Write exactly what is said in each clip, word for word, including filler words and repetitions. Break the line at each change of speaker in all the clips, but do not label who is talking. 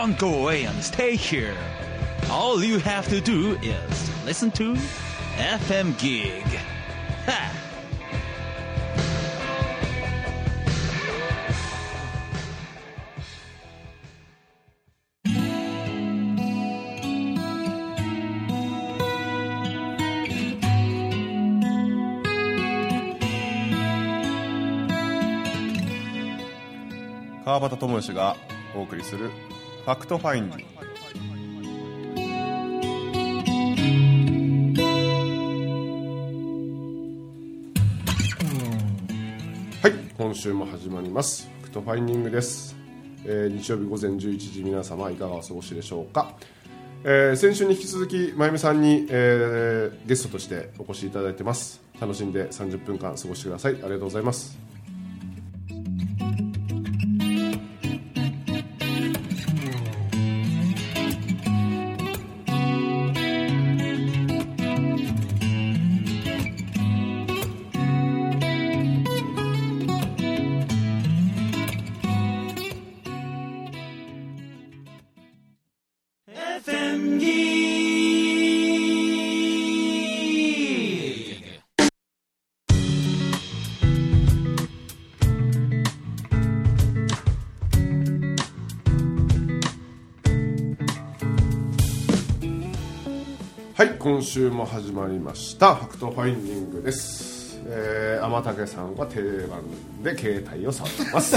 Don't go away and stay here. All you have to do is listen to エフエム Gig. Ha!
川端智義がお送りするファクトファインディング。はい、今週も始まりますファクトファインディングです、えー、日曜日午前じゅういちじ、皆様いかがお過ごしでしょうか。えー、先週に引き続きまゆみさんに、えー、ゲストとしてお越しいただいてます。楽しんでさんじゅっぷんかん過ごしてください。ありがとうございます。はい、今週も始まりましたファクトファインディングです。えー、天竹さんは定番で携帯を触ってます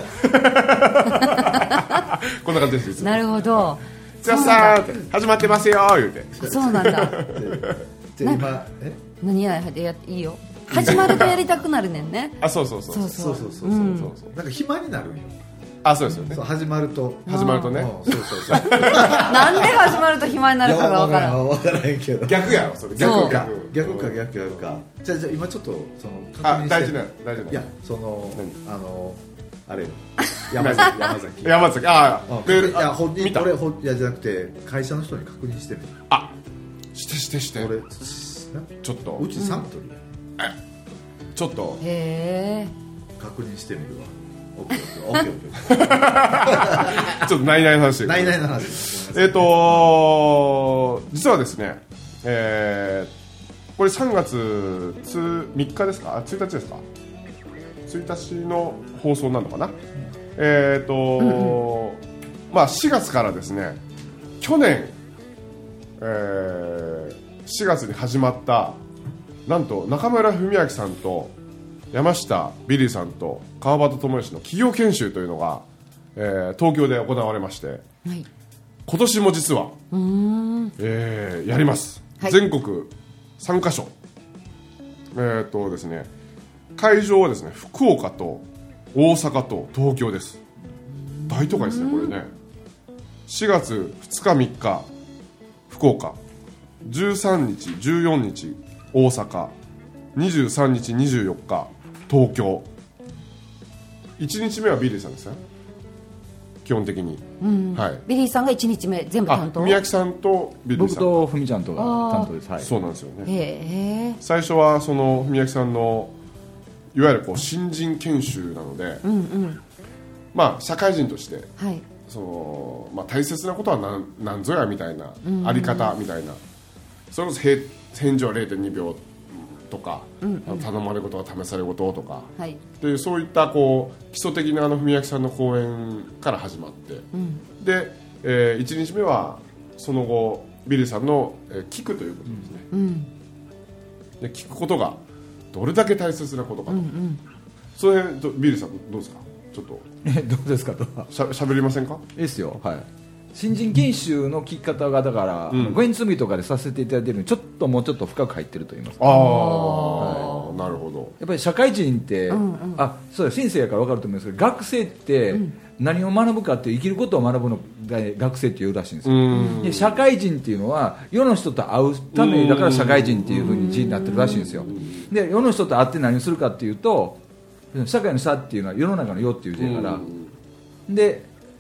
こんな感じです。
なるほど。
じゃあさーって始まってますよー言うて。
そうなんだ
じゃあ今え
何ややいいよ。始まるとやりたくなるねんね
あ、そうそうそう
そうそうそうそう、うん、なんか暇になるんよ。
あ、そうですよね。
そう始まると
始まるとね、
うん、そうそうそう
なんで始まると暇になるかが分からん。
分からんけど
逆やろそれ。逆か
逆か逆やるか。じゃあじゃあ今ちょっとその
確認して。あ、大事な大事な。
いやそのあのあれ山崎山崎
山崎ああ
メールいや本人俺ほいやじゃなくて会社の人に確認してみる。
あ、してしてして。俺ちょっと
うちサントリー、
うん、ちょっと
へえ
確認してみるわ。オッケーオッケーオッケー
ちょっとないないの話。
ないないの話。
えっと実はですね、えー、これさんがつみっかですか、ついたちですか、ついたちの放送なのかな、うん、えっと、うんうん、まあしがつからですね、去年、えー、しがつに始まったなんと中村文明さんと山下ビリーさんと川端智義の企業研修というのが、えー、東京で行われまして、はい、今年も実はうーん、えー、やります、はい、全国さんかしょ、えーとですね、会場はですね福岡と大阪と東京です。大都会ですねこれね。しがつふつかみっか福岡、じゅうさんにちじゅうよっか大阪、にじゅうさんにちにじゅうよっか東京。いちにちめはビリーさんですね基本的に、うん、はい、
ビリーさんがいちにちめ全部担当。
宮城さんとビリーさん、
僕とふみちゃんとが担当です、はい、
そうなんですよね。
へー。
最初はその宮城さんのいわゆるこう新人研修なので、うんうん、まあ社会人として、はい、そのまあ、大切なことは何、何ぞやみたいな、うんうん、あり方みたいな、それこそ返事は れいてんにびょうとか、うんうん、頼まれることが試されることとか、はい、でそういったこう基礎的なあの文明さんの講演から始まって、うん、で、えー、いちにちめはその後ビリーさんの、えー、聞くということですね、うん、で聞くことがどれだけ大切なことかと、うんうん、その辺ビリーさんどうですか。ちょっと
えどうですかと
しゃ喋りませんか。
いいですよ、はい。新人研修の聞き方がだから、うん、ご縁積みとかでさせていただいているのにちょっともうちょっと深く入ってると言いますか、ね、あ
あ、はい、なるほど。
やっぱり社会人って、うんうん、あそうだ先生やから分かると思うんですけど、学生って何を学ぶかって生きることを学ぶのが学生っていうらしいんですよ。で社会人っていうのは世の人と会うためだから社会人っていう風に字になってるらしいんですよ。で世の人と会って何をするかっていうと、社会の社っていうのは世の中の世っていう字だから、で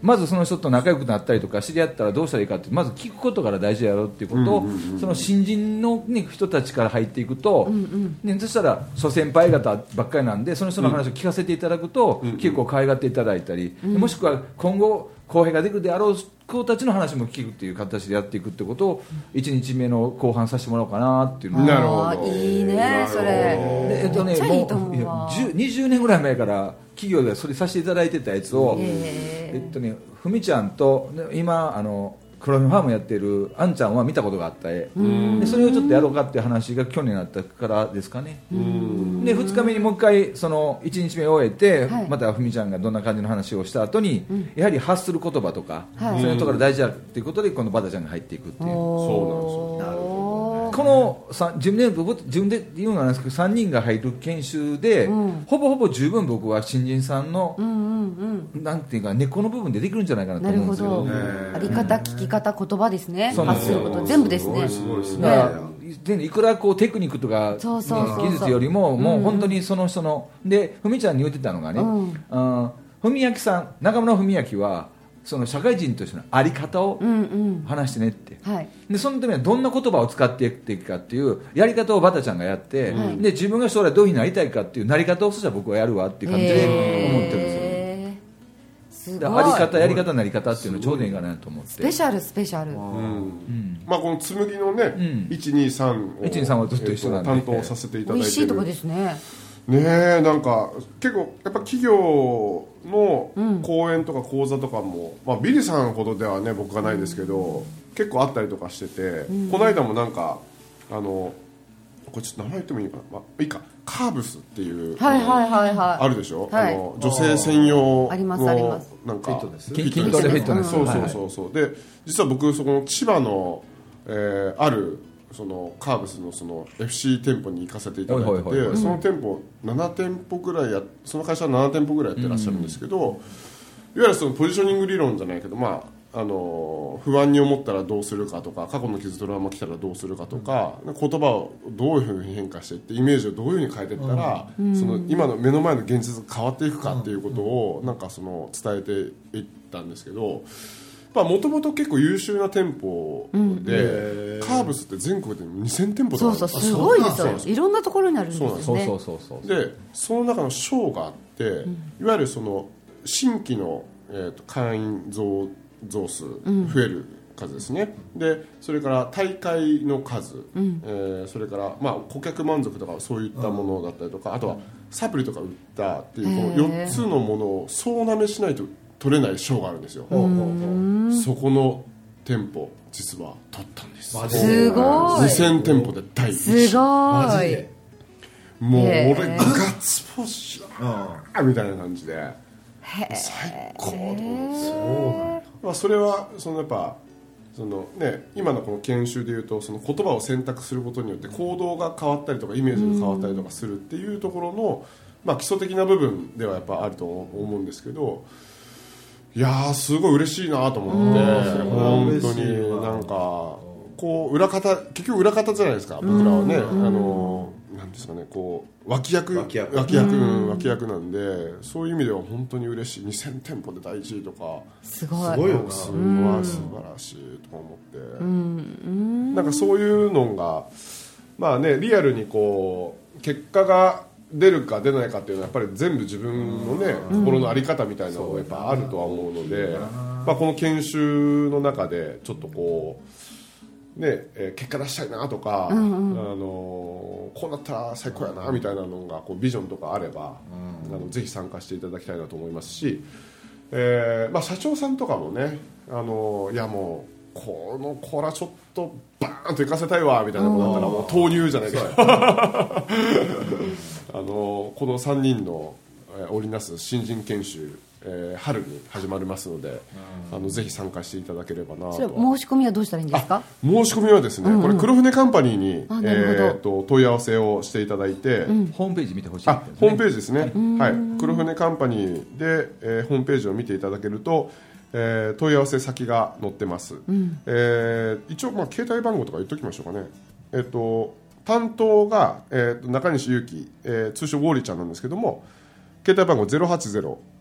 まずその人と仲良くなったりとか知り合ったらどうしたらいいかってまず聞くことから大事やろうっていうことを、うんうんうん、その新人の、ね、人たちから入っていくと、うんうんね、そしたら諸先輩方ばっかりなんでその人の話を聞かせていただくと、うん、結構可愛がっていただいたり、うん、もしくは今後後輩ができるであろう子たちの話も聞くっていう形でやっていくってことをいちにちめの後半させてもらおうかなっていうの
なるほど
いいねそれ
で、えっとね、もうにじゅうねんぐらい前から企業でそれさせていただいてたやつを、えっとね、ふみちゃんと今あの黒ファームやってるあんちゃんは見たことがあった絵でそれをちょっとやろうかっていう話が去年あったからですかね。でふつかめにもう一回そのいちにちめを終えて、はい、またふみちゃんがどんな感じの話をした後に、うん、やはり発する言葉とか、はい、そういうところが大事だっていうことでこのバタちゃんが入っていくっていう。
そうなんですよ。
この自分で僕自分で言うのはなんですけどさんにんが入る研修で、うん、ほぼほぼ十分僕は新人さんの、うんうんうん、なんていうか根っこの部分でできるんじゃないかなと思うんですけど、
なるほどあり方聞き方言葉ですね発すること全部ですね
すごいです
ね。だからいくらこうテクニックとか、ね、
そうそうそうそう
技術よりももう本当にその人のでふみちゃんに言ってたのがね、うん、あふみやきさん中村ふみやきはその社会人としての在り方を話してねって、うんうんはい、でそのためにはどんな言葉を使っていくかっていうやり方をバタちゃんがやって、はい、で自分が将来どういうふうになりたいかっていうなり方をそしたら僕はやるわっていう感じで思ってるんですよ、えー、すごい在り方やり方なり方っていうのちょうどいいかなと思って
スペシャルスペシャル、
うんうんまあ、この紬のね、うん、いちにさんを
いちにさんはずっと一緒なんで、
えー、担当させていただいてる
美味しいとこですね
ねえなんか結構やっぱ企業の講演とか講座とかも、うんまあ、ビリさんほどではね僕がないですけど、うん、結構あったりとかしてて、うん、この間もなんかあのこれちょっと名前言ってもいいかな、まあ、いいかカーブスっていう
はいはいはいはい
あるでしょ、
はい、
あの女性専用の
ありますあります
なんか
筋トレフィットネス
そうそうそうそうで実は僕そこの千葉の、えー、あるそのカーブス の, その エフシー 店舗に行かせていただいてて、はいはいはいはい、その店舗なな店舗ぐらいやその会社はなな店舗ぐらいやってらっしゃるんですけど、うん、いわゆるそのポジショニング理論じゃないけど、まあ、あの不安に思ったらどうするかとか過去の傷トラウマ来たらどうするかとか、うん、言葉をどういうふうに変化していってイメージをどういうふうに変えていったら、うん、その今の目の前の現実が変わっていくかっていうことをなんかその伝えていったんですけどもともと結構優秀な店舗で、うん、カーブスって全国でにせん店舗とかあるんです。
そうそうすごいですよいろんなところにあるんですよね。
そうそうそうそうでその中の賞があって、うん、いわゆるその新規の、えーと、会員増増数増える数ですね、うん、でそれから大会の数、うんえー、それから、まあ、顧客満足とかそういったものだったりとか、うん、あとはサプリとか売ったっていうこのよっつのものを総なめしないと取れない賞があるんですよ。そこの店舗実は取ったんです。
すごい
にせん店舗でだいいち
すごいマジで
もう俺ガッツポーズだみたいな感じで最高と思って、まあ、それはそのやっぱその、ね、今のこの研修でいうとその言葉を選択することによって行動が変わったりとかイメージが変わったりとかするっていうところの、まあ、基礎的な部分ではやっぱあると思うんですけどいやーすごい嬉しいなと思って本当になんかこう裏方結局裏方じゃないですか僕らはねあのなんですかねこう脇役脇役脇役、うん、脇役なんでそういう意味では本当に嬉しいにせん店舗でだいいちいとか
すごい
すごいよなすごい素晴らしいと思ってなんかそういうのがまあねリアルにこう結果が出るか出ないかっていうのはやっぱり全部自分のね心の在り方みたいなのがやっぱあるとは思うので、まあ、この研修の中でちょっとこうねえ結果出したいなとか、うんうん、あのこうなったら最高やなみたいなのがこうビジョンとかあれば、うん、あのぜひ参加していただきたいなと思いますし、えーまあ、社長さんとかもねあのいやもうこの子らちょっとバーンと行かせたいわみたいなことだったらもう投入じゃないですかあのこのさんにんの、えー、織りなす新人研修、えー、春に始まりますのであのぜひ参加していただければなと。
それ申し込みはどうしたらいいんですか？
申し込みはですね、うんうん、これ黒船カンパニーに、えー、と問い合わせをしていただいて、
うん、ホームページ見てほしい、ね、
あホームページですね、はい、黒船カンパニーで、えー、ホームページを見ていただけるとえー、問い合わせ先が載ってます、うんえー、一応、まあ、携帯番号とか言っておきましょうかね、えー、と担当が、えー、と中西祐希、えー、通称ウォーリーちゃんなんですけども携帯番号 ゼロはちゼロ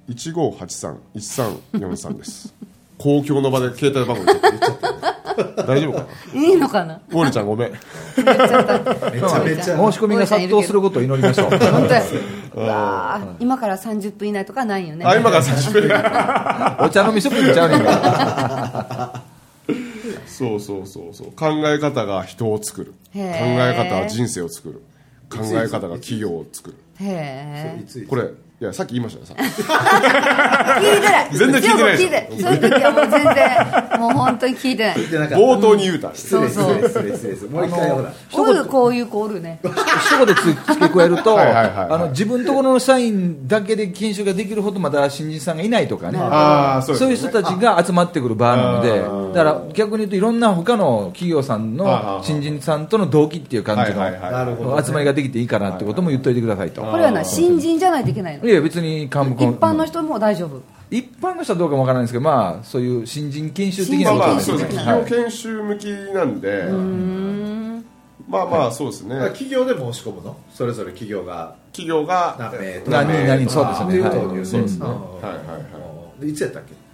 いちごはちさんいちさんよんさんです公共の場で携帯番号言っちゃった大丈夫かない
いのかな。
ウォーリちゃんごめん
めちゃめちゃ
申し込みが殺到することを祈りましょう
本当や。うわー今からさんじゅっぷん以内とかないよね。
あ今からさんじゅっぷん
お茶飲み職人ちゃうねんから
そうそうそうそう考え方が人を作る考
へー
え方は人生を作る考え方が企業を作る
へえ。
いついつ
これいやさっき言いましたよさ
聞いてない。
全然聞いてない
聞いてない。そういう時はもう全然もう本当に聞いてない。
でなんか
冒頭に言うたんです
失礼
そうそう
失礼失礼失礼もう一回ほら
おるこういう子おるね。
一言つ付け加えると
はいはいはいはい
あの自分ところの社員だけで研修ができるほどまだ新人さんがいないとかね
ああそうですね
そういう人たちが集まってくる場なので
あー
だから逆に言うといろんな他の企業さんの新人さんとの同期っていう感じ
はいはいはい
なるほどね
の集まりができていいかなってことも言っといてくださいと
これはな新人じゃないといけないの。
いや別に幹部
一般の人も大丈夫。
一般の人はどうかもわからないんですけどまあそういう新人研修的
まあまあ
なことです
そうですね
ねはい
企業研修向きなんでまあまあそうですね
企業で申し込むのそれぞれ企業が
企業が
何名と
何人何人そうですね
っていう
はい
投入
そうですね
ん
はいはいはい
でいつやったっけ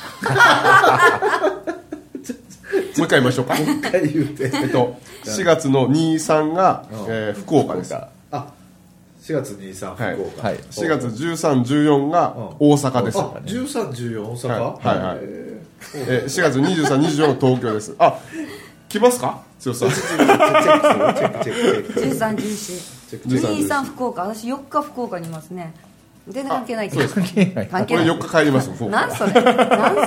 もう一回言いましょうか
もう一回言うて
えっとしがつのに、さんがえー福岡ですは
あしがつにじゅうさん福岡、
はい
しがつじゅうさん、じゅうよんが大阪です
あじゅうさん、じゅうよん大阪、
はいはいはい
え
えーしがつにじゅうさん、にじゅうよん東京ですあ来ますか剛さん
ーチェックチェックチェックチェックチェック
じゅうさん、じゅうよん、
チェックチェック
にじゅうさん福岡。私よっか福岡にいますね。全然関係ないけど。
そうです
関係ない
これ
関係ない。
よっか帰ります福岡
なんそれ。なんそれ。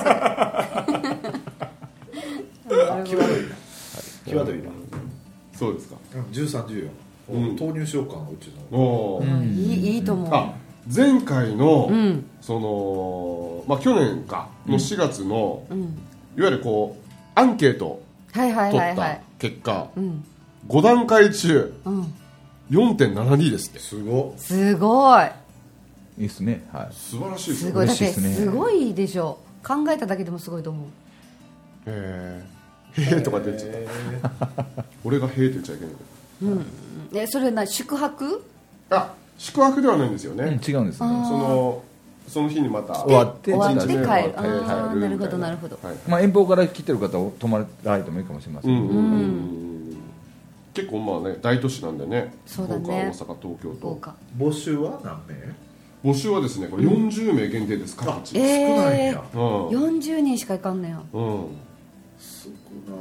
際どいな際どいな
そうですか
じゅうさん、じゅうよん、
うん
投入しようかなうちの
おー
いいいいと思う。
あ前回の、
ん
そのまあ去年かのしがつの、
うん。
いわゆるこうアンケート
はいはい
取った
はいはい。
結果、
うん
ご段階中
うん。
よんてんななにですって
すごっ
すごい。
いいですねはい
素晴らしいですね
すごい。だって
嬉しいですね
すごいでしょ。考えただけでもすごいと思う。
へえへえとかって言っちゃった俺がへえって言っちゃいけない
えそれな宿泊？
あ宿泊ではないんですよね、
うん違うんですね
そのその日にまた
終わって
終わって帰る。
一日目
あ
終わって帰るみたい
あなるほどなるほど。
はい
まあ遠方から来てる方を泊まられてもいいかもしれません
うんうんうんうん結構まあね大都市なんでね
そうだね
福岡大阪東京と
福岡。
募集は何名
募集はですねこれよんじゅうめい限定です各地、
え
少ないん
え
や
うん
よんじゅうにんしか行かんのよ。
うん
少な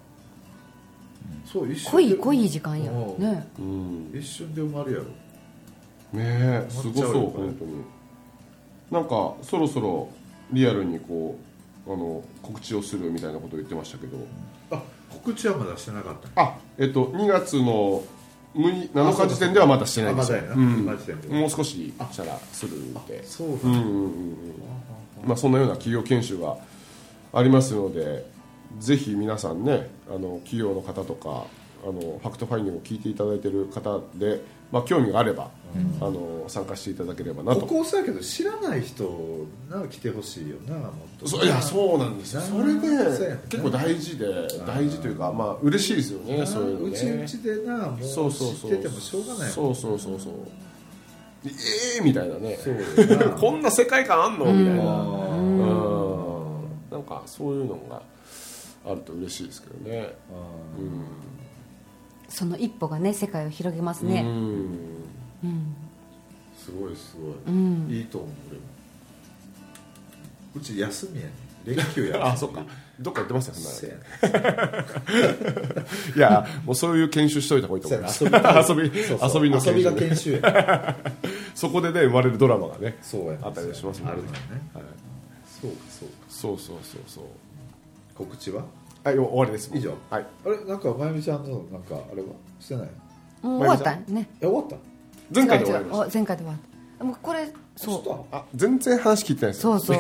そう一瞬
濃い
で
濃い時間や
うん
ね。
うんね
一瞬で埋まるやろ
えすごそう
思っちゃうよ
本当になんかそろそろリアルにこうあの告知をするみたいなことを言ってましたけど
あ告知はまだしてなかった
あえっとにがつのなのか時点ではまだしてないんですよ
あまだやな
うん
今時点で
もう少ししたらするって
そうなんだ
うんうんうんうんまあそんなような企業研修がありますのでぜひ皆さんねあの企業の方とかあのファクトファインディングを聞いていただいている方で、まあ、興味があれば、あの参加していただければなと
ここそうやけど知らない人が来てほしいよなもっと
そういやそうなんですよそれ
そうや
で
ね
結構大事で大事というかまあ嬉しいですよねそういうのね
うちうちでなもう
そうそうそう
知っててもしょうがないもん
そうそうそうそうええー、みたいなね
そうよな
こんな世界観あんのみたいな
あ
うん
ー
なんかそういうのがあると嬉しいですけどね
あ
うん
その一歩がね世界を広げます
う
ね。
ん
うん
ーすごいすごい、
うん
いいと思う俺もうち休みやね連休や
あそっかどっか行ってますよ
せ
ね
やね
いやもうそういう研修しといた方がいいと思います
そうやな遊び
遊び
そうそう
遊びの
遊びが
研
研修や
そこでね生まれるドラマがね
そうやね
あったりしますもんね
あるのね、
はい
そうかそうか
そうそうそうそう
告知は
はい終わりです
以上
はい
あれなんかまゆみちゃんのなんかあれはしてない
もう終わったんね。
え終わった
前回で終わ
違う違う
りまし
お前回で終わった。もうこれそう。
たあ全然話聞いてないですよ
そうそう。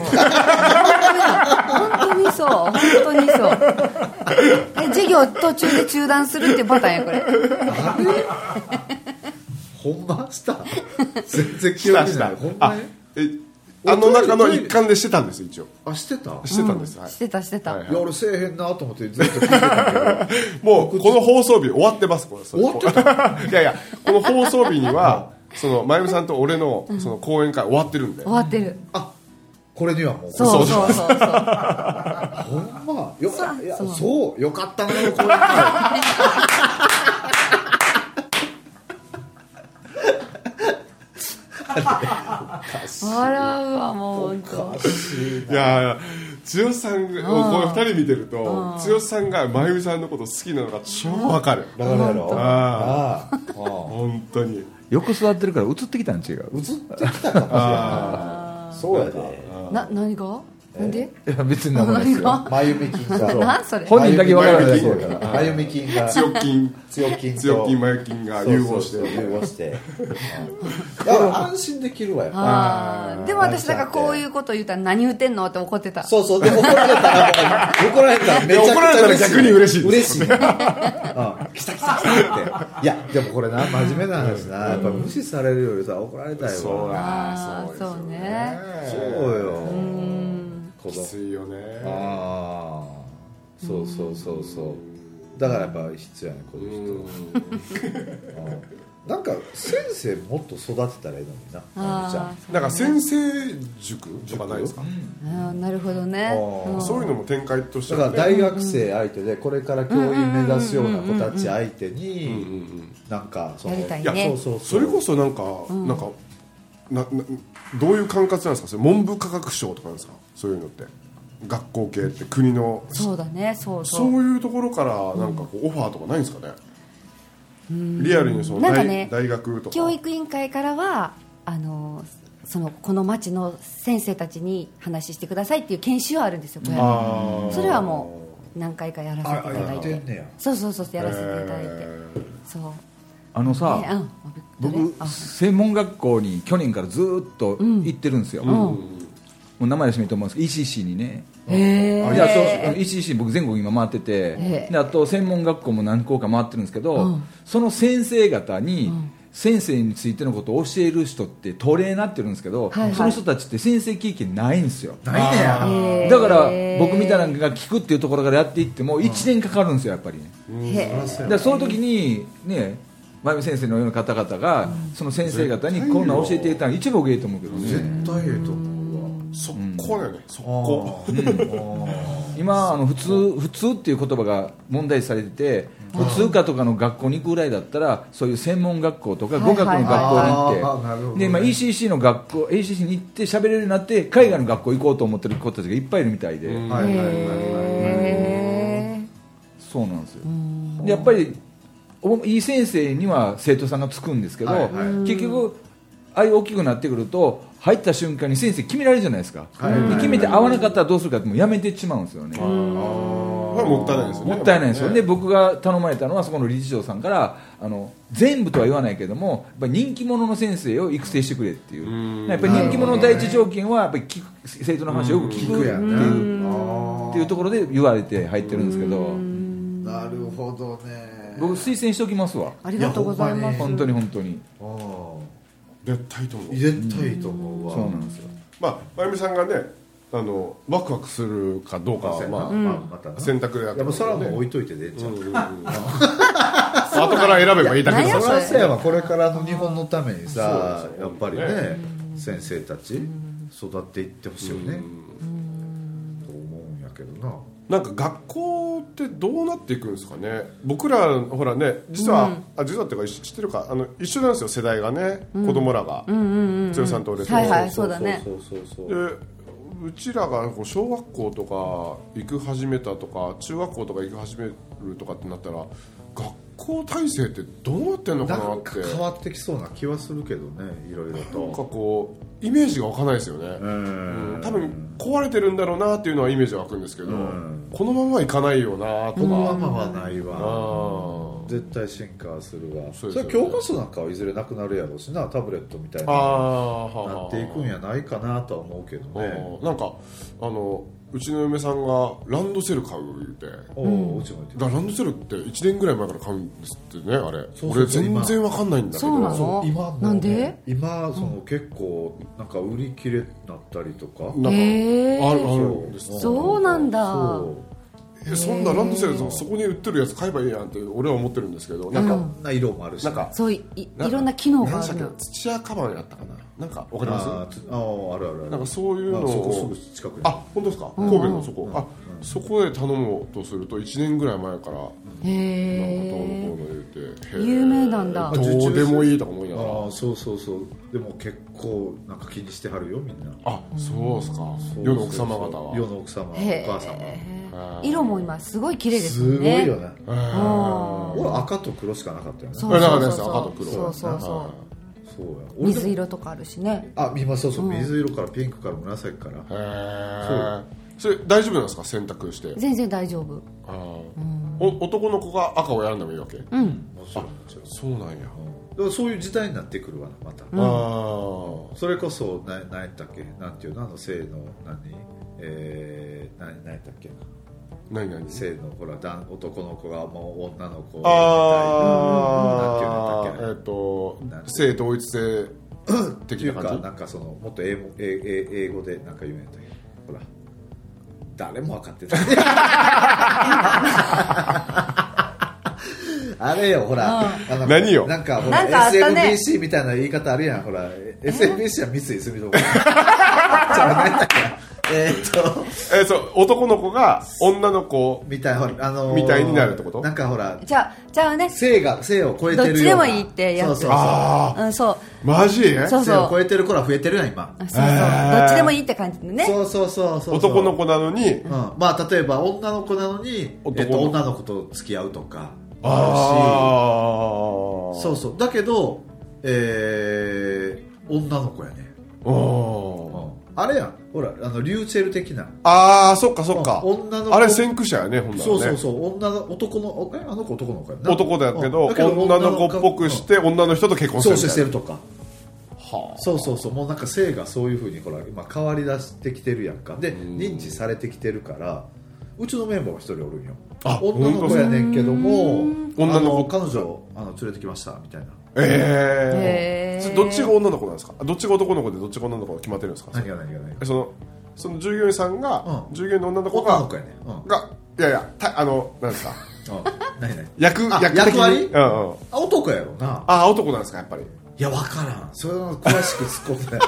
本当にそう。本当にそう。え授業途中で中断するっていうパターンやこれ。
あれほんました全然記
した
憶
した
ないほんま
あ
に
えあの中の一環でしてたんです一応
あしてた
してたんです、はい
してたしてた。
はい
いや俺せえへんなと思ってずっと聞いてたけど
もうこの放送日終わってますこれ
終わってた
いやいやこの放送日にはそのまゆみさんと俺のその講演会終わってるんで
終わってる。
あこれにはもう
そうそうそうそう
ほんまよかいや
そう
そうよかったなこれ
笑うわもう本当
いや剛さんがこれふたり見てると剛さんが真由美さんのこと好きなのが超わかる。
だからやろ
あ
ああ
本当に
よく育ってるから移ってきたん違う。
映ってきたかもしれないそうやで
な何がなんで
いや別に何もないですよ。
真由美金が
なんそれ
本人だけ分からない
そうやから真由美金が
強筋
強筋と
強筋真由筋が融合して
そうそうそう融合してだから安心できるわやっぱ
あーでも私だからこういうこと言ったら何言ってんのって怒ってた。
そうそうで怒られたらもう怒られたらめちゃくちゃ
怒られたら逆に嬉しい
嬉しいうん来た来た来たっていやでもこれな真面目な話なやっぱ無視されるよりさ怒られたいわ
そう
あー
だそう
そうね
そうよ
うん
子供
きついよね。
ああそうそうそうそうだからやっぱ必要やねこういう人うんなんか先生もっと育てたらいいのにな
あー
じゃ
なんか先生塾とかないですか。
あーなるほどね
あー
ん
そういうのも展開とし
だ
てはね。
から大学生相手でこれから教員目指すような子たち相手
うんうん
に
うん
なんかその
やりたい
いや
ね
そうそう
それこそなんか、なんかななどういう管轄なんですか。それ文部科学省とかなんですか。そういうのって学校系って国の
そうだねそうそう
そういうところからなんかこうオファーとかないんですかね。リアルにその大,、
なんかね
大学とか
教育委員会からはあのそのこの町の先生たちに話してくださいっていう研修はあるんですよこれ
あー
それはもう何回かやらせていただい
あやって
て
んねや
そうそうそうやらせていただいて
え
そう
あのさ、
ねうん
僕
あ
専門学校に去年からずっと行ってるんですよ、
ー
も
うん
う名前出してもいいと思うんですけど イーシーシー にね
へ
であと
え
イーシーシー 僕全国今回ってて
ええ
であと専門学校も何校か回ってるんですけど、
うん
その先生方に、
ん
先生についてのことを教える人ってトレーナーって言うんですけど、
はいはい
その人たちって先生経験ないんですよ。
ないねや
へー
だから僕みたいなのが聞くっていうところからやっていってもいちねんかかるんですよやっぱりね。
へえ
だからその時にね真由美先生のような方々が、その先生方にこんなん教えていたの一番僕いいと思うけど
絶
ね。
対ええと思うわ
速攻だよね、速
あ
攻
ー
今あの普通普通っていう言葉が問題視されてて、普通科とかの学校に行くぐらいだったらそういう専門学校とか語学の学校に
あー
行って、
なるほどね
で今 イーシーシー の学校 イーシーシー に行って喋れるようになって海外の学校行こうと思ってる子たちがいっぱいいるみたいで、
うん
はいはいはいはい
へ
そうなんですよ。でやっぱりおいい先生には生徒さんがつくんですけど、
はいはい
結局ああいう大きくなってくると入った瞬間に先生決められるじゃないですか、
はいはいはい
で決めて合わなかったらどうするかってもうやめてしまうんですよね。
これはもったいないですよね。
もったいないですよ、
ね
で僕が頼まれたのはそこの理事長さんからあの全部とは言わないけどもやっぱり人気者の先生を育成してくれっていう
うん
やっぱり人気者の第一条件はやっぱり聞く生徒の話をよく聞くって
聞くやんな
いう
あ
っていうところで言われて入ってるんですけど、
ーなるほどね
僕推薦しておきますわ、
ありがとうございます。
本当に本当に
あー
絶対と思う。
絶対いいと思うわ
そうなんですよ。
まあ真由美さんがね、あのワクワクするかどうかはまあ、
まあまたな
選択であって
いやもうそれはもう置いといてでええんちゃう
後から選べばいいだけ
いや
ど
それはそうやわこれからの日本のためにさ
そうそう
やっぱりね先生たち育っていってほしいよねと思うんやけどな
なんか学校ってどうなっていくんですかね。僕らほらね実は、あ実はっていうか知ってるかあの一緒なんですよ世代がね、子供らが剛さんと俺と、
はいはいそうだね
そうそうそう
でうちらがこう小学校とか行く始めたとか中学校とか行く始めるとかってなったら学校体制ってどうなってんのかな
なんか
って
変わってきそうな気はするけどねいろいろ
なんか
と
こうイメージが湧かないですよね、
う
うん
ん
多分壊れてるんだろうなっていうのはイメージが湧くんですけど、
うん
このままいかないよなとか、
このままはないわ
あ
絶対進化するわ
そですよね
そうれ教科書なんかはいずれなくなるやろうしなタブレットみたい
あ
な
ー
なっていくんやないかなとは思うけど
あ
ね
ーなんかあのうちの嫁さんがランドセル買う言うて
おおうちも言って
だからランドセルっていちねんぐらい前から買うんですってねあれ
そうそう
俺全然わかんないんだけど
そうなの
そう今もうね
なんで
今その結構なんか売り切れになったりとか
なんか
へー
あるあるんです
そうなんだ
そ
えそんなランドセルそこに売ってるやつ買えばいいやんって俺は思ってるんですけど、なんか、
こんな色もあるし、
なんか
そう い, い, いろんな機能があるの。
土屋カバンやったかな、なんかわかります？
あああるあるある、
なんかそういうのを、
そこすぐ近くに、
あ本当ですか、神戸のそこ、あそこで頼もうとするといちねんぐらい前から
へ
なんかどうのこうの言うて、
有名なんだ。
どうでもいいとか思いながら、
ああそうそうそう、でも結構なんか気にしてはるよみんな。
あそうですか、
そう
世の奥様方は
世の奥様、お
へ
母様、
ー色も今すごい綺麗ですも
すご
んね。
いよね。
へー
俺赤と黒しかなかったよね。
そうそう
なんかね
そう
赤と黒
そうそうそう。
そうや。
水色とかあるしね。
あ、今そうそう、水色からピンクから紫から。
へえ、それ大丈夫なんですか、選択して？
全然大丈夫。
あお男の子が赤を選んでもいいわけ？
うん。
もちろんもちろん。
そうなんや、
だからそういう時代になってくるわな、また。
あ
それこそな何やったっけ、なんていうの、あの性の何えー、何何やったっけな。
何何
性のほら男男の子がもう女の子みたいな、
ああ、
なんていうのやったっけな、
えっと
なんて
性統一性
っていうか
的な感じ？
なんかそのもっと英語英英英語でなんか言うんやったっけ、ほら誰も分かってないあれよ、ほら、あの
何よ
なんかほ
なんかあ
ら、
ったね
エスエムビーシー みたいな言い方あるやん、ほら エスエムビーシー は三井住友じゃあ何やったっけ、えーっと
えーそう男の子が女の子
みたい、ほらあのー
みたいになるってこと？
なんかほら
じゃあじゃあね。
性が性を超えてるような、
どっちでもいいってやつ。
そうそうそう、
あ
うんそう。
マジ？
そう
性を超
そう。
えてる子ら増えてるやん今。
そうそう。どっちでもいいって感じでね。
そうそうそうそう、
男の子なのに、
うん、まあ例えば女の子なのに、
男の子
えっと、女の子と付き合うとか
ああ
あるし、そうそう、だけど、えー、女の子やね、
あ
うん、あれやん、ほらあのリューチェル的な、
あーそっかそっか、
うん女の子
あれ先駆者やね、ほんならね。
そうそうそう、女の男のおえあの子男の子やな、
男だけど、
うんだけど
女の子っぽくして女の人と結婚す
そう
るみたいな。
してるとか、
は
そうそうそう、もうなんか性がそういうふうにほら今変わり出してきてるやんか、で認知されてきてるから、うちのメンバーは一人おるんよ、
あ
女の子やねんけども、
女の子
あ彼女あの連れてきましたみたいな。
ええ
へー
ー、どっちが女の子なんですか？どっちが男の子でどっちが女の子が決まってるんですか？
何が何が何が
えそのその従業員さんが、
うん
従業員の女の子が
女の子やねん、うん、
がいやいやたあのなんですか
うん何何
役
あ
役的に
役割
うんうん、
あ男やろな。
あ男なんですかやっぱり。
いや分からん、それは詳しく突っ込んでない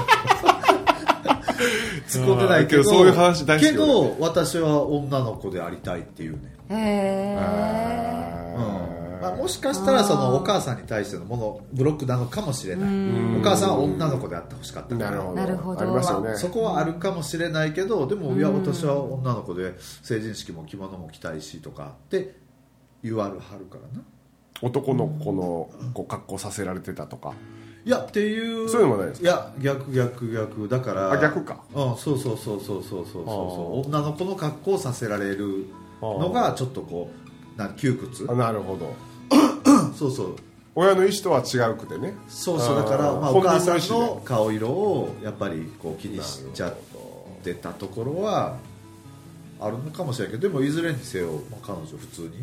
突っ込んでないけど、
けどそういう話大好きよ
けど私は女の子でありたいっていうね、
へ
うん
ー。
まあ、もしかしたらそのお母さんに対してのものブロックなのかもしれない、お母さんは女の子であってほしかったから、
なるほど
なるほど
ありますよね、
まあ、そこはあるかもしれないけど、でもいや私は女の子で成人式も着物も着たいしとかって言われはるからな。
男の子のこう格好させられてたとか。
いやっていう
そういうのもないですか？
いや逆逆逆だから、
あ逆か、
うん、そうそうそうそうそうそうそう
あー
女の子の格好をさせられるのがちょっとこうな窮屈
あなるほど。
そうそう
親の意思とは違うくてね。
そうそう、だから、まあ、お
本人
母さん
の意思で
の顔色をやっぱりこう気にしちゃってたところはあるのかもしれないけど、でもいずれにせよ、まあ、彼女普通に、うん、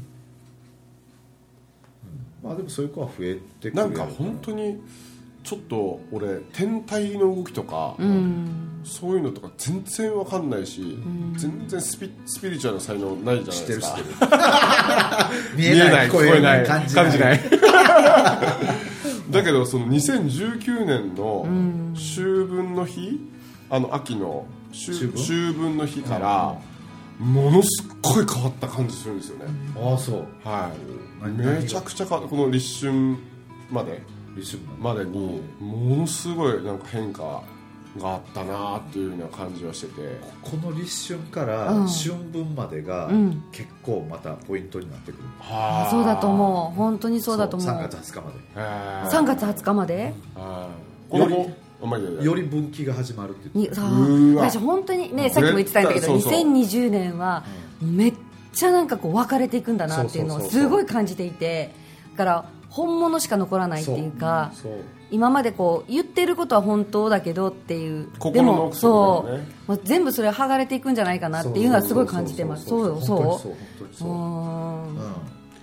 まあでもそういう子は増えてくる
なんか本当にちょっと俺天体の動きとか、
うん。
そういうのとか全然わかんないし、全然スピ、スピリチュアルな才能ないじゃないですか。
知ってる知ってる見えない聞こえない感じない
感じないだけどそのにせんじゅうきゅうねんの秋分の日、あの秋の秋
秋分
秋分の日からものすっごい変わった感じするんですよね、
ああそう
はい
何何が
めちゃくちゃ変わった。この立春まで
立春
までにものすごいなんか変化があったなっていうような感じはしてて、
この立春から
うん
春分までが
うん
結構またポイントになってくる、
はあ
そうだと思う。本当にそうだと思う。
さんがつはつかまで
へー
さんがつはつかまで
はいこの
よ
子あまあいいやいや
より分岐が始まるって言って
にさあ
うーわ
私本当にねさっきも言ってたんだけど
絶対そうそう
にせんにじゅうねんはめっちゃなんかこう分かれていくんだなっていうのを
そうそうそうそう
すごい感じていて、だから本物しか残らないっていうか、
そうそう
今までこう言ってることは本当だけどっていう
心
でも
の奥底だよね
そうもう全部それ剥がれていくんじゃないかなっていうのはすごい感じてます。そうよ
本当に
そ
そう本当に
う
そうう、うん
ーん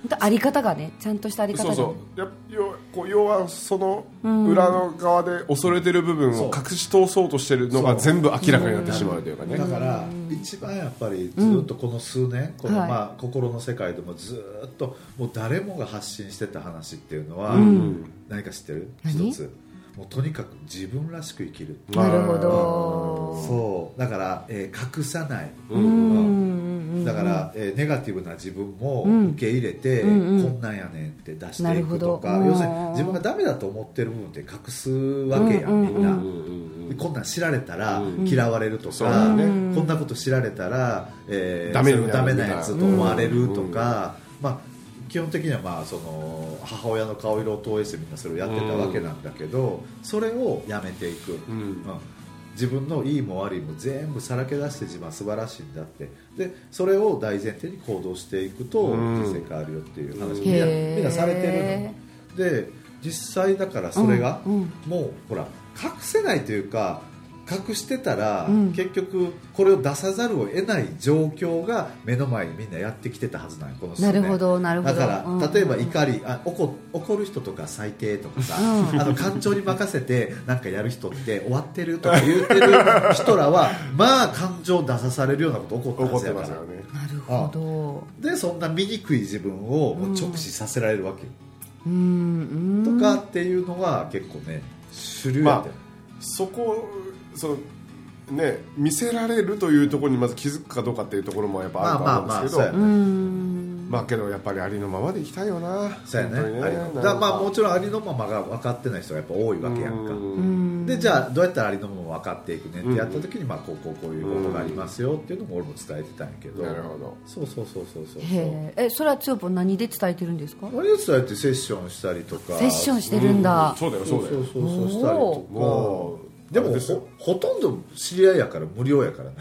あり方がね、ちゃんとしたあり方が、
そうそう、や要こう要はその裏の側で恐れてる部分を隠し通そうとしてるのが全部明らかになってしまうというかね。
だから一番やっぱりずっとこの数年、この
はい
まあ心の世界でもずっともう誰もが発信してた話っていうのは何か知ってる？
何
一つ、もうとにかく自分らしく生きる。
なるほど。
そうだから、えー隠さない、
うんうん
だから、えーネガティブな自分も受け入れて、
うんうん
こんなんやねんって出してい
なるほど
くとか、
うん
要するに自分がダメだと思ってる部分って隠すわけやん、みんな、
うん
でこんなん知られたら
うん
嫌われると
そう
か、
だね
こんなこと知られたら、えー
ダメになる
それダメなやつと思われると
うん
か、まあ、基本的にはまあその母親の顔色を投影してみんなそれをやってたわけなんだけど、それをやめていく、
うん
うん自分のいいも悪いも全部さらけ出して自分は素晴らしいんだって、でそれを大前提に行動していくと
うん
人生変わるよっていう話を
うん
みんな
へー
みんなされてるので、実際だからそれが
うんうん
もうほら隠せないというか隠してたら、
うん
結局これを出さざるを得ない状況が目の前にみんなやってきてたはずなんよこの数年。
なるほどなるほど。
だから、
うん
例えば怒りあ怒怒る人とか最低とかさ、
うん
あの感情に任せてなんかやる人って終わってるとか言ってる人らはまあ感情出さされるようなこと起こった
怒って
はずやから
ますよね。
なるほど。
でそんな醜い自分をもう直視させられるわけよ、
うんうん。
とかっていうのが結構ね主流やったよ、
そこそのね見せられるというところにまず気づくかどうかっていうところもやっぱあると思うんですけど、
まあまあまあそうやね
うん。
まあけどやっぱりありのままでいきたいよな。
そうやね
本当に
ありのだからまあもちろんありのままが分かってない人がやっぱ多いわけやんか、
うん
でじゃあどうやったらありのまま分かっていくねってやった時に、まあこうこうこういう方法がありますよっていうのも俺も伝えてたんやけど、
なるほど。
そうそうそうそうそう
へえ。え、それはつよぽん何で伝えてるんですか？
何を伝えてセッションしたりとか
セッションしてるんだ。
そうだよ
そ
そううだよ。
そうそうそうしたりと
も
か
う
でも
あれですよ
ほほとんど知り合いやから無料やからね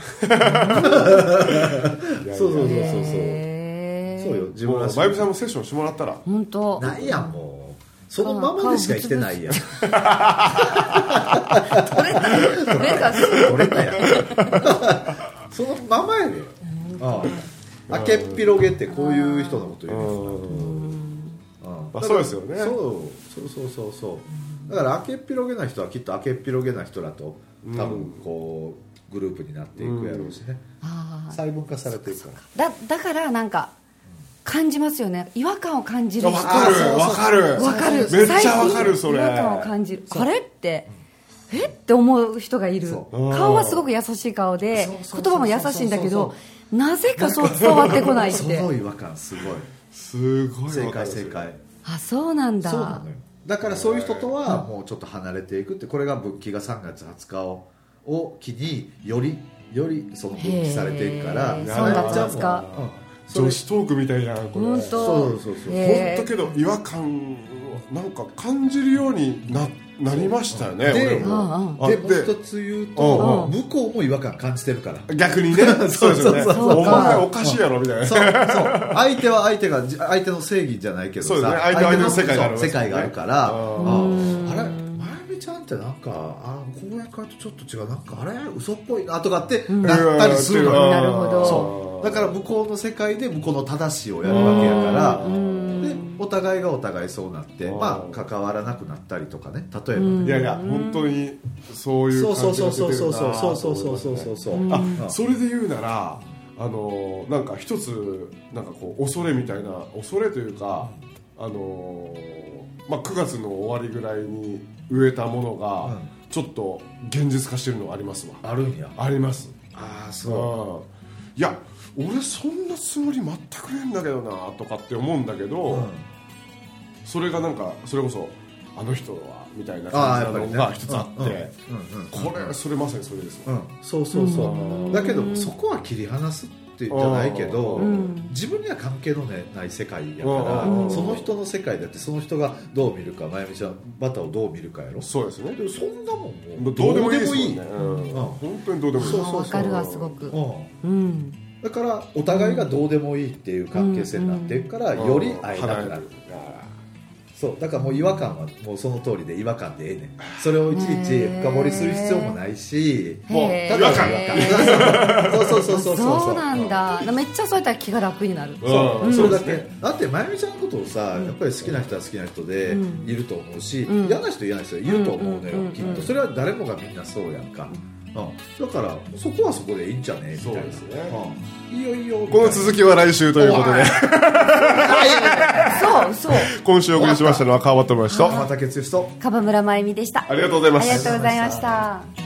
いやいや
そうそうそうそうそう
へー
そうよ自分
もう
らしい
バイブさんもセッションしてもらったら。
本当。
ないやんもうそのままでしか生きてないやん
取れた取れた。
取れたやんそのままやで、ああ明けっぴろげってこういう人のこと言うね
うん
うん
まあそうですよね
そうそうそうそうそうだから明けっぴろげな人はきっと明けっぴろげな人だと多分こうグループになっていくやろうしね、
あー
細分化されていくから
だだからなんか感じますよね。違和感を感じる人。
わかるわかる
わかる。
めっちゃわかるそれ。
最近違和感を感じる。あれってえって思う人がいる。
そう
顔はすごく優しい顔で
そうそうそうそう
言葉も優しいんだけど、なぜかそう伝わってこないっ
そ
て。
の違和感すごい
すごい
正解
わかる
正解
あ、そうなんだ。
そうなのよだからそういう人とはもうちょっと離れていくってこれが復帰がさんがつはつかをを機によりよりその復帰されていくから
へー
さんがつはつ
か
うんそれ
女子トークみたいじゃんこれ。
本当。
そうそうそう
へー
本当けど違和感をなんか感じるようにななりましたよね。
で
俺もあ
でもう一つ言うと
うん
向こうも違和感感じてるから
逆にね。そうですよね。
そう
そう
お前おかしいやろみたいな。
そうそう相手は相手がじ相手の正義じゃないけどさ
そうですね相手は相手の世界がある
そう世界があるからあ
うん
あれまゆみちゃんってなんかあこうやからとちょっと違うなんかあれ嘘っぽいなとかってなったりするの
うん
よ
なるほど。
そうだから向こうの世界で向こうの正しいをやるわけやからでお互いがお互いそうなって
うん
まあ関わらなくなったりとかね例えばね
いやいや本当にそういう
そう
感じ
そうそう
が出てるな
そうそうそうそうそうそうそうそう
あそれで言うならあのなんか一つなんかこう恐れみたいな恐れというかあのまあくがつの終わりぐらいに植えたものがちょっと現実化してるのがありますわ。
あるんや
あります。
ああ
うん
そう
いや俺そんなつもり全くねえんだけどなとかって思うんだけど、
うん
それがなんかそれこそあの人はみたいな感じなのが一つあって、
うんうんうん
これそれまさにそれですわ、
うんそうそうそう
うん
だけどそこは切り離すってじゃないけど
うん
自分には関係のない世界やから
うん
その人の世界だってその人がどう見るかまゆみちゃんバターをどう見るかやろ
そうですね
でもそんなもんもう
もうどうでもいいですもんね
どうでも
うん
うん
本当にどうでもいい
そうそうそう
わかるわすごく。
うん
うん。
だからお互いがどうでもいいっていう関係性になっていくから
うん
より会えなくなるそうだからもう違和感はもうその通りで違和感でええねん。それをいちいち深掘りする必要もないし、もうただの違和感。そうそうそうそうそう
そうなんだ。めっちゃそうやったら気が楽になる。
そう、うん、それだけだってまゆみちゃんのことをさ、やっぱり好きな人は好きな人でいると思うし、うん、嫌な人嫌な人はいると思うのよ、うん、きっとそれは誰もがみんなそうやんか、うん、だからそこはそこでいいんじゃねみたいな。そうですね、うん、いいよいいよ。
この続きは来週ということで
そうそう
今週お送りしましたのは川端智之と
天竹剛と
樺村真由美でした。
ありがとうございます。
ありがとうございました。